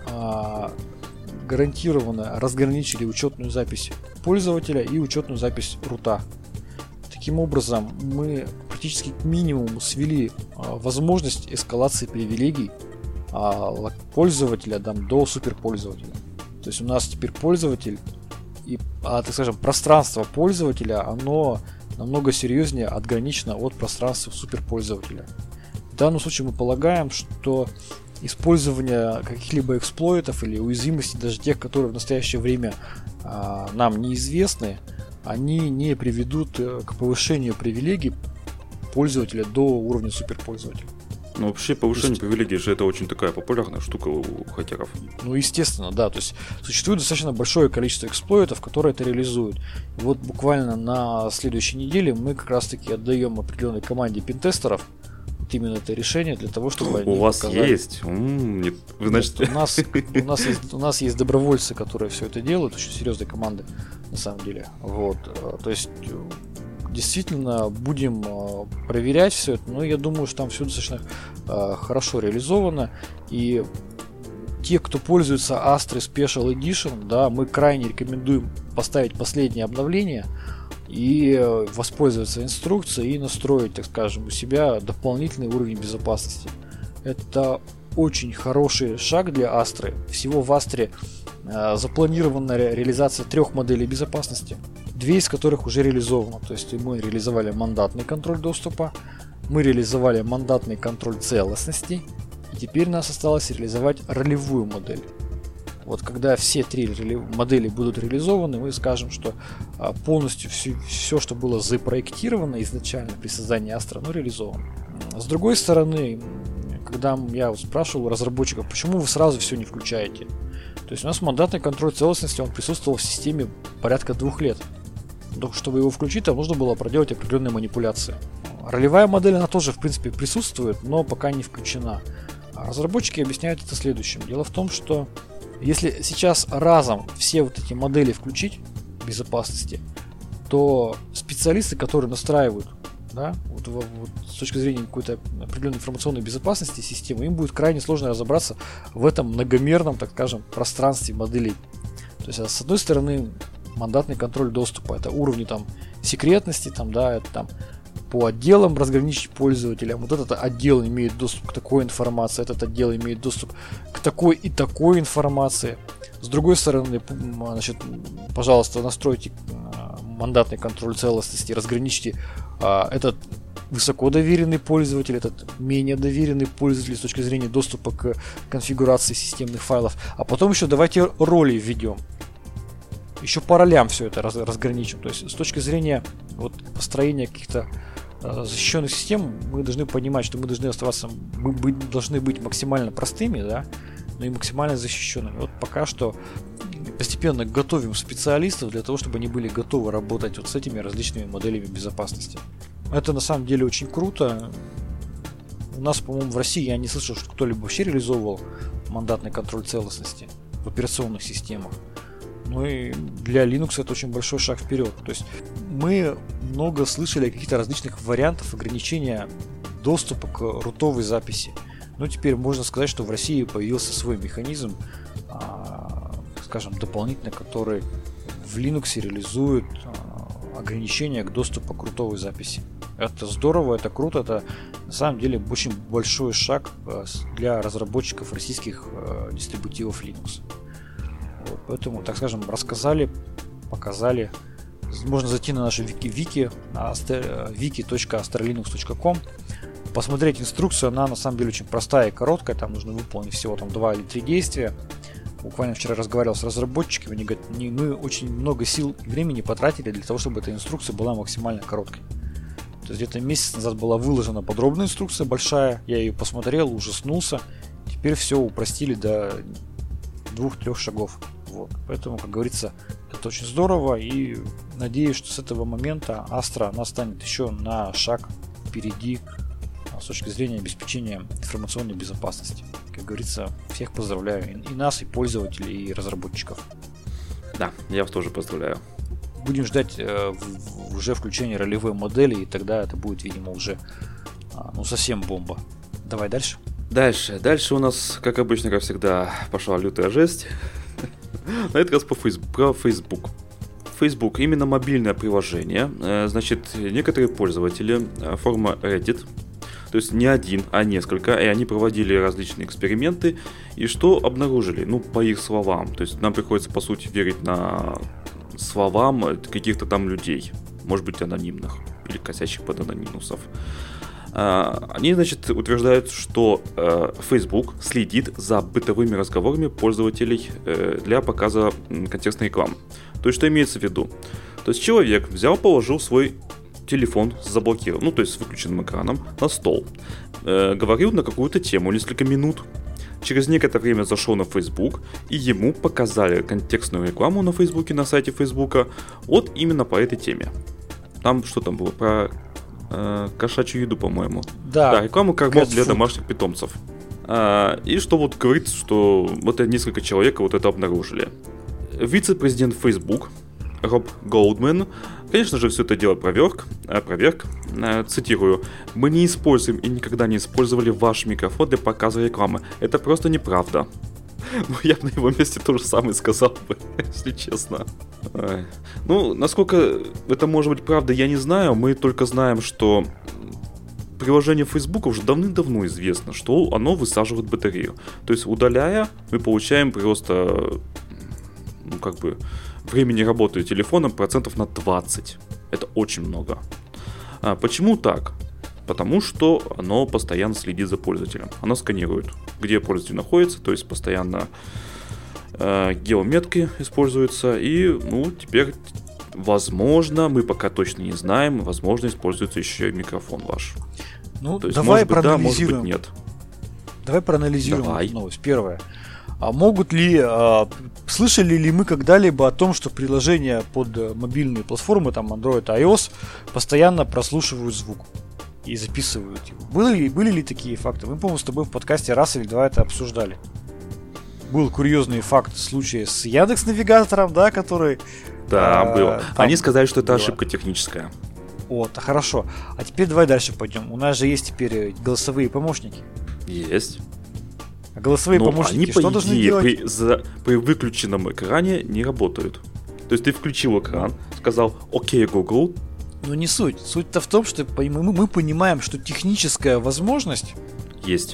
гарантированно разграничили учетную запись пользователя и учетную запись рута. Таким образом, мы практически к минимуму свели возможность эскалации привилегий пользователя до суперпользователя. То есть у нас теперь пользователь и, так скажем, пространство пользователя, оно намного серьезнее отграничено от пространства суперпользователя. В данном случае мы полагаем, что использование каких-либо эксплойтов или уязвимостей, даже тех, которые в настоящее время нам неизвестны, они не приведут к повышению привилегий пользователя до уровня суперпользователя. Ну, вообще, повышение привилегий же это очень такая популярная штука у хакеров. Ну, естественно, да. То есть существует достаточно большое количество эксплойтов, которые это реализуют. И вот буквально на следующей неделе мы как раз-таки отдаем определенной команде пентестеров вот именно это решение для того, чтобы они у вас показали... есть? Нет, значит... У нас есть добровольцы, которые все это делают, очень серьезные команды, на самом деле. Вот. То есть действительно будем проверять все это, но я думаю, что там все достаточно хорошо реализовано, и те, кто пользуется Astra Special Edition, да, мы крайне рекомендуем поставить последнее обновление и воспользоваться инструкцией и настроить, так скажем, у себя дополнительный уровень безопасности. Это очень хороший шаг для Astra. Всего в Astra запланирована реализация 3 моделей безопасности, 2 из которых уже реализованы. То есть мы реализовали мандатный контроль доступа, мы реализовали мандатный контроль целостности, и теперь нас осталось реализовать ролевую модель. Вот когда все 3 модели будут реализованы, мы скажем, что полностью все, что было запроектировано изначально при создании Astra, реализовано. С другой стороны, когда я спрашивал у разработчиков, почему вы сразу все не включаете, то есть у нас мандатный контроль целостности, он присутствовал в системе порядка 2 лет. Но чтобы его включить, там нужно было проделать определенные манипуляции. Ролевая модель, она тоже в принципе присутствует, но пока не включена. А разработчики объясняют это следующим. Дело в том, что если сейчас разом все вот эти модели включить безопасности, то специалисты, которые настраивают, да, вот с точки зрения какой-то определенной информационной безопасности системы, им будет крайне сложно разобраться в этом многомерном, так скажем, пространстве моделей. То есть, с одной стороны, мандатный контроль доступа, это уровни там секретности, там, да, это там по отделам разграничить пользователя. Вот этот отдел имеет доступ к такой информации, этот отдел имеет доступ к такой и такой информации. С другой стороны, значит, пожалуйста, настройте мандатный контроль целостности, разграничьте этот высоко доверенный пользователь, этот менее доверенный пользователь с точки зрения доступа к конфигурации системных файлов. А потом еще давайте роли введем. Еще по ролям все это разграничим. То есть с точки зрения вот, построения каких-то защищенных систем, мы должны понимать, что мы должны быть максимально простыми, да, но и максимально защищенными. Вот пока что постепенно готовим специалистов для того, чтобы они были готовы работать вот с этими различными моделями безопасности. Это на самом деле очень круто. У нас, по-моему, в России я не слышал, что кто-либо вообще реализовывал мандатный контроль целостности в операционных системах. Ну и для Linux это очень большой шаг вперед. То есть мы много слышали о каких-то различных вариантах ограничения доступа к рутовой записи. Но теперь можно сказать, что в России появился свой механизм, скажем, дополнительно, который в Linux реализует ограничения к доступу к рутовой записи. Это здорово, это круто, это на самом деле очень большой шаг для разработчиков российских дистрибутивов Linux. Вот, поэтому, так скажем, рассказали, показали. Можно зайти на наше вики на wiki.astralinux.com, посмотреть инструкцию. Она на самом деле очень простая и короткая. Там нужно выполнить всего 2 или 3 действия. Буквально вчера разговаривал с разработчиками. Они говорят, мы очень много сил и времени потратили для того, чтобы эта инструкция была максимально короткой. То есть где-то месяц назад была выложена подробная инструкция большая. Я ее посмотрел, ужаснулся. Теперь все упростили до 2-3 шагов. Вот. Поэтому, как говорится, это очень здорово, и надеюсь, что с этого момента Astra она станет еще на шаг впереди с точки зрения обеспечения информационной безопасности. Как говорится, всех поздравляю, и нас, и пользователей, и разработчиков. Да, я вас тоже поздравляю. Будем ждать уже включения ролевой модели, и тогда это будет, видимо, уже совсем бомба. Давай дальше. Дальше у нас, как обычно, как всегда, пошла лютая жесть. На этот раз про Facebook. Facebook именно мобильное приложение. Значит, некоторые пользователи форума Reddit, то есть не один, а несколько, и они проводили различные эксперименты. И что обнаружили? По их словам. То есть нам приходится, по сути, верить на словам каких-то там людей. Может быть, анонимных или косящих под анонимусов. Они, значит, утверждают, что Facebook следит за бытовыми разговорами пользователей для показа контекстной рекламы. То есть, что имеется в виду? То есть человек взял, положил свой телефон заблокирован, ну то есть с выключенным экраном, на стол, говорил на какую-то тему несколько минут. Через некоторое время зашел на Facebook, и ему показали контекстную рекламу на Фейсбуке, на сайте Фейсбука, вот именно по этой теме. Там что там было? Про кошачью еду, по-моему. Да, рекламу кормов для домашних питомцев. И что вот говорит, что вот несколько человек вот это обнаружили. Вице-президент Facebook Роб Голдман, конечно же, все это дело опроверг, цитирую: «Мы не используем и никогда не использовали ваш микрофон для показа рекламы. Это просто неправда». Ну, я бы на его месте то же самое сказал бы, если честно. Ну, насколько это может быть правда, я не знаю. Мы только знаем, что приложение Facebook уже давным-давно известно, что оно высаживает батарею. То есть, удаляя, мы получаем просто, ну, как бы, времени работы телефоном процентов на 20. Это очень много. Почему так? Потому что оно постоянно следит за пользователем. Оно сканирует, где пользователь находится, то есть постоянно геометки используются. И, ну, теперь, возможно, мы пока точно не знаем, возможно, используется еще и микрофон ваш. Ну, то есть, давай может быть, проанализируем. Да, может быть, нет. Давай проанализируем эту новость. Первое. Могут ли, слышали ли мы когда-либо о том, что приложения под мобильные платформы, там Android, iOS, постоянно прослушивают звук и записывают его? Были ли такие факты? Мы, по-моему, с тобой в подкасте раз или два это обсуждали. Был курьезный факт случая с Яндекс.Навигатором, да, который... Да, было. Они сказали, что это ошибка техническая. Вот, хорошо. А теперь давай дальше пойдем. У нас же есть теперь голосовые помощники. Есть. А голосовые помощники они, что должны делать? При выключенном экране не работают. То есть ты включил экран, сказал «Окей, Google». Но не суть. Суть-то в том, что мы понимаем, что техническая возможность есть.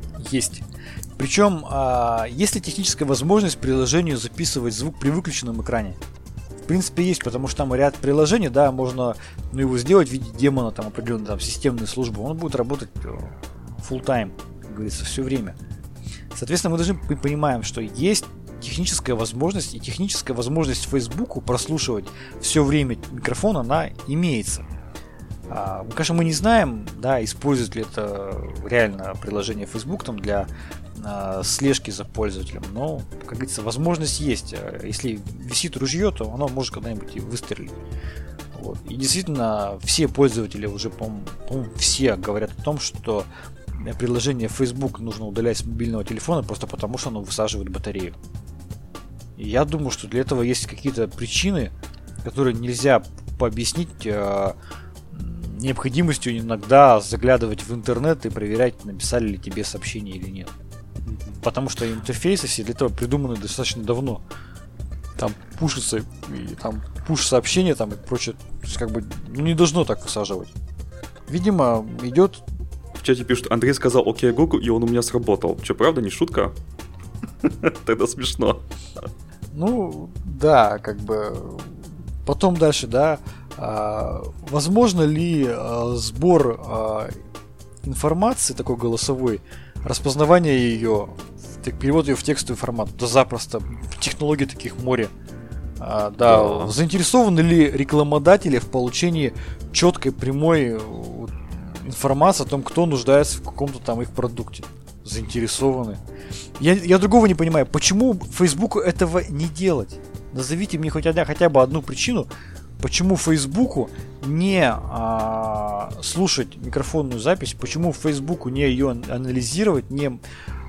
Причем, есть ли техническая возможность приложению записывать звук при выключенном экране? В принципе, есть, потому что там ряд приложений, да, можно его сделать в виде демона, там определенной там системной службы. Он будет работать full time, как говорится, все время. Соответственно, мы понимаем, что есть техническая возможность, и техническая возможность Фейсбуку прослушивать все время микрофон, она имеется. Конечно, мы не знаем, да, использует ли это реально приложение Facebook там для слежки за пользователем, но, как говорится, возможность есть. Если висит ружье, то оно может когда-нибудь и выстрелить. Вот. И действительно, все пользователи уже, по-моему, все говорят о том, что приложение Facebook нужно удалять с мобильного телефона просто потому, что оно высаживает батарею. И я думаю, что для этого есть какие-то причины, которые нельзя пообъяснить необходимостью иногда заглядывать в интернет и проверять, написали ли тебе сообщение или нет. Потому что интерфейсы все для этого придуманы достаточно давно. Там пушится, и там пуш-сообщения там и прочее. То есть, как бы, не должно так высаживать. Видимо, идет. В чате пишут: Андрей сказал «Окей, Google», и он у меня сработал. Че, правда, не шутка? Тогда смешно. Ну, да, как бы. Потом дальше, да. Возможно ли сбор информации такой голосовой, распознавание ее, перевод ее в текстовый формат? Да запросто. Технологий таких море. Да. Заинтересованы ли рекламодатели в получении четкой, прямой информации о том, кто нуждается в каком-то там их продукте? Заинтересованы. Я другого не понимаю. Почему Фейсбуку этого не делать? Назовите мне хотя бы одну причину, почему Фейсбуку не слушать микрофонную запись, почему Фейсбуку не ее анализировать, не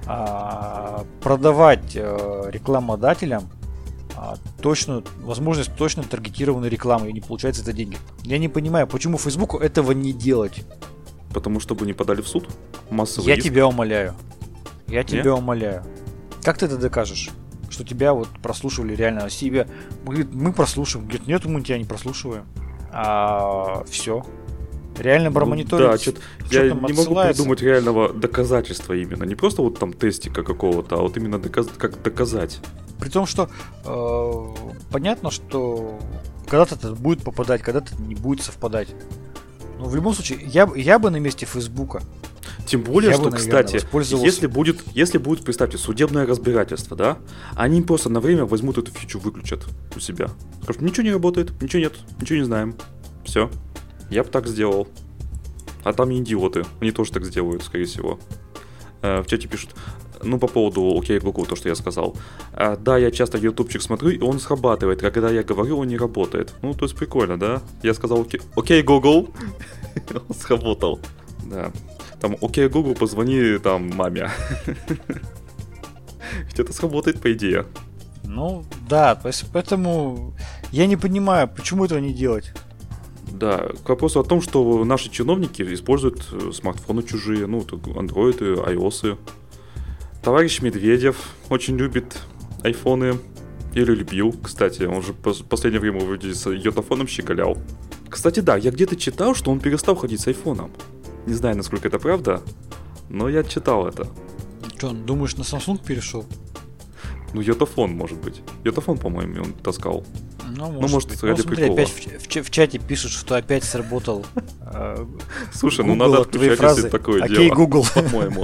продавать рекламодателям точную возможность точно таргетированной рекламы и не получается это деньги. Я не понимаю, почему Фейсбуку этого не делать. Потому что бы не подали в суд? Массовый иск? Тебя умоляю. Я тебя умоляю. Как ты это докажешь? Что тебя вот прослушивали реально себя. Мы прослушиваем. Говорит, нет, мы тебя не прослушиваем. Все. Реально промониторить. Да, что-то я не могу придумать реального доказательства именно. Не просто вот там тестика какого-то, а вот именно как доказать. При том, что понятно, что когда-то это будет попадать, когда-то не будет совпадать. Но в любом случае, я бы на месте Фейсбука Тем более, что, кстати, если будет, представьте, судебное разбирательство, да, они просто на время возьмут эту фичу, выключат у себя. Скажут, ничего не работает, ничего нет, ничего не знаем. Все. Я бы так сделал. А там не идиоты, они тоже так сделают, скорее всего. В чате пишут, по поводу окей, Google, то, что я сказал. Да, я часто ютубчик смотрю, и он срабатывает, а когда я говорю, он не работает. То есть прикольно, да? Я сказал, окей, Google, он сработал. Да. Там, окей, Google, позвони там маме. Ведь это сработает, по идее. Да, поэтому я не понимаю, почему этого не делать. Да, к вопросу о том, что наши чиновники используют смартфоны чужие, андроиды, iOS. Товарищ Медведев очень любит айфоны. Или любил, кстати, он же в последнее время вроде с йотафоном щеголял. Кстати, да, я где-то читал, что он перестал ходить с айфоном. Не знаю, насколько это правда, но я читал это. Что, думаешь, на Samsung перешел? Йотафон, может быть. Йотафон, по-моему, он таскал. Может ради прикола. Опять в чате пишут, что опять сработал. Слушай, надо отключать, если такое дело. Окей, Google. По-моему.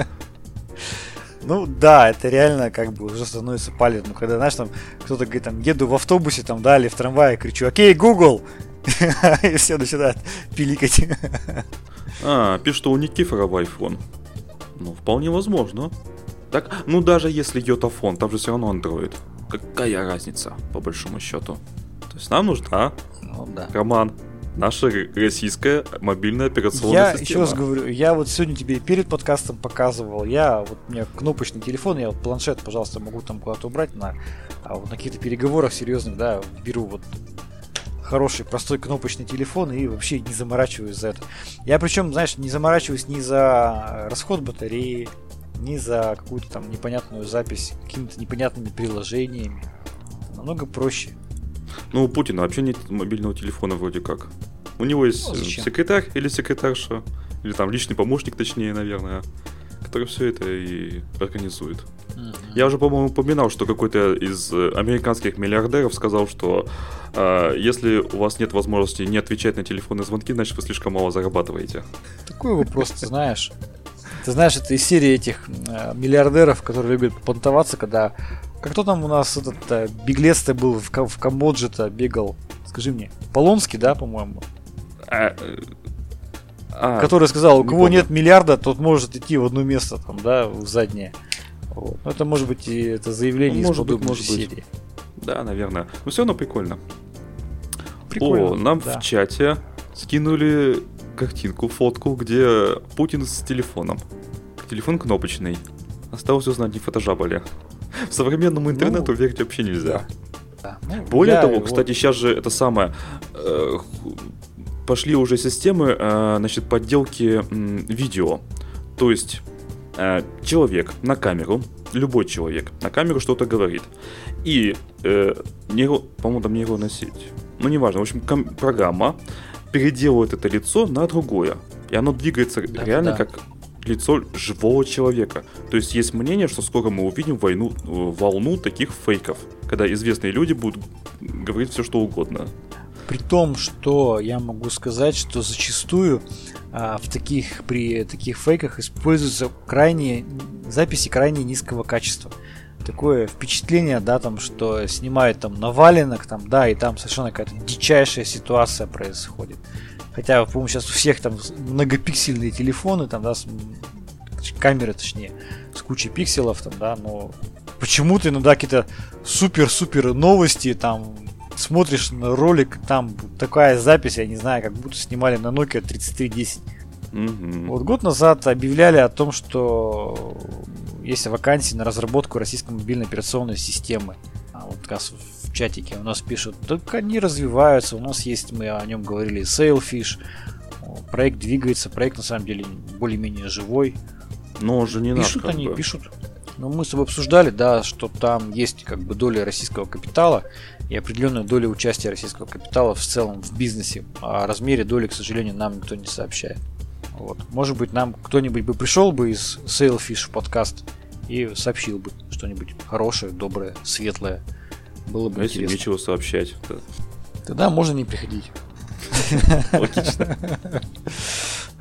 Да, это реально уже становится палевно. Когда, знаешь, там кто-то говорит, еду в автобусе, или в трамвае, кричу, окей, Google! И все начинают пиликать. Пишут, что у Никифорова iPhone. Вполне возможно. Так, даже если йотафон, там же все равно Android. Какая разница, по большому счету? То есть нам нужна, Роман, наша российская мобильная операционная система. Я еще раз говорю, я сегодня тебе перед подкастом показывал, у меня кнопочный телефон, я планшет, пожалуйста, могу там куда-то убрать, на каких-то переговорах серьезных, беру хороший, простой кнопочный телефон и вообще не заморачиваюсь за это. Я причем, знаешь, не заморачиваюсь ни за расход батареи, ни за какую-то там непонятную запись какими-то непонятными приложениями. Намного проще. У Путина вообще нет мобильного телефона вроде как. У него есть секретарь или секретарша, или там личный помощник, точнее, наверное, который все это и организует. Я уже, по-моему, упоминал, что какой-то из американских миллиардеров сказал, что если у вас нет возможности не отвечать на телефонные звонки, значит вы слишком мало зарабатываете. Такой вопрос, ты знаешь. Ты знаешь, это из серии этих миллиардеров, которые любят понтоваться, когда... Кто там у нас этот беглец-то был в Камбодже-то бегал? Скажи мне. Полонский, да, по-моему? Который сказал, у кого нет миллиарда, тот может идти в одно место, в заднее. Это может быть и это заявление из подобной серии. Да, наверное. Но все равно прикольно. Нам в чате скинули картинку, фотку, где Путин с телефоном. Телефон кнопочный. Осталось узнать, не фотожаба ли. Современному интернету верить вообще нельзя. Да. Более того, кстати, сейчас же это самое... пошли уже системы, подделки видео. То есть человек на камеру, любой человек на камеру что-то говорит. И, по-моему, там нейронная сеть. Неважно. В общем, программа переделывает это лицо на другое. И оно двигается реально как лицо живого человека. То есть есть мнение, что скоро мы увидим волну таких фейков, когда известные люди будут говорить все, что угодно. При том, что я могу сказать, что зачастую при таких фейках используются записи крайне низкого качества. Такое впечатление, что снимают Навальных, и там совершенно какая-то дичайшая ситуация происходит. Хотя, по-моему, сейчас у всех многопиксельные телефоны, камеры, точнее, с кучей пикселов, но почему-то иногда какие-то супер-супер новости, смотришь на ролик, там такая запись, я не знаю, как будто снимали на Nokia 3310. Год назад объявляли о том, что есть вакансии на разработку российской мобильной операционной системы. Как раз в чатике у нас пишут, так они развиваются, у нас есть, мы о нем говорили, Sailfish, проект двигается, проект на самом деле более-менее живой. Но он же не наш, пишут они, пишут. Но мы с тобой обсуждали, что там есть доля российского капитала и определенная доля участия российского капитала в целом в бизнесе. А о размере доли, к сожалению, нам никто не сообщает. Может быть, нам кто-нибудь бы пришел бы из Sailfish в подкаст и сообщил бы что-нибудь хорошее, доброе, светлое. Было бы интересно. Если нечего сообщать. Тогда можно не приходить. Логично.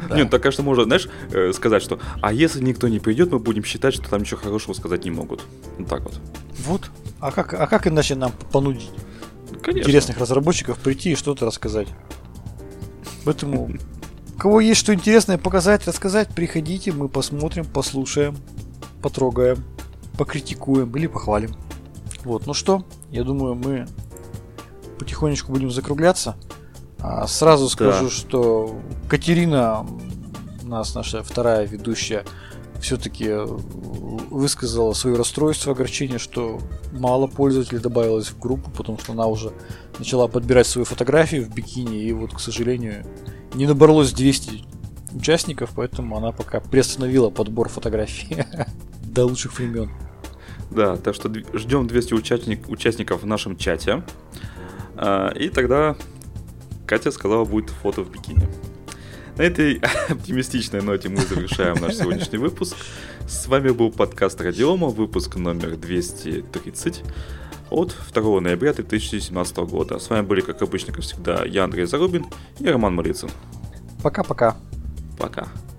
Да. Нет, так, конечно, можно, знаешь, сказать, что а если никто не придет, мы будем считать, что там ничего хорошего сказать не могут. Вот так вот. Вот. А как иначе нам понудить интересных разработчиков прийти и что-то рассказать? Поэтому, у кого есть что интересное показать, рассказать, приходите, мы посмотрим, послушаем, потрогаем, покритикуем или похвалим. Вот, ну что, я думаю, мы потихонечку будем закругляться. Сразу скажу, что Катерина, у нас наша вторая ведущая, все-таки высказала свое расстройство, огорчение, что мало пользователей добавилось в группу, потому что она уже начала подбирать свою фотографию в бикини, и вот, к сожалению, не набралось 200 участников, поэтому она пока приостановила подбор фотографий до лучших времен. Да, так что ждем 200 участников в нашем чате, и тогда Катя сказала, будет фото в бикини. На этой оптимистичной ноте мы завершаем наш сегодняшний выпуск. С вами был подкаст Радиома, выпуск номер 230 от 2 ноября 2017 года. С вами были, как обычно, как всегда, я, Андрей Зарубин, и Роман Малицын. Пока-пока. Пока.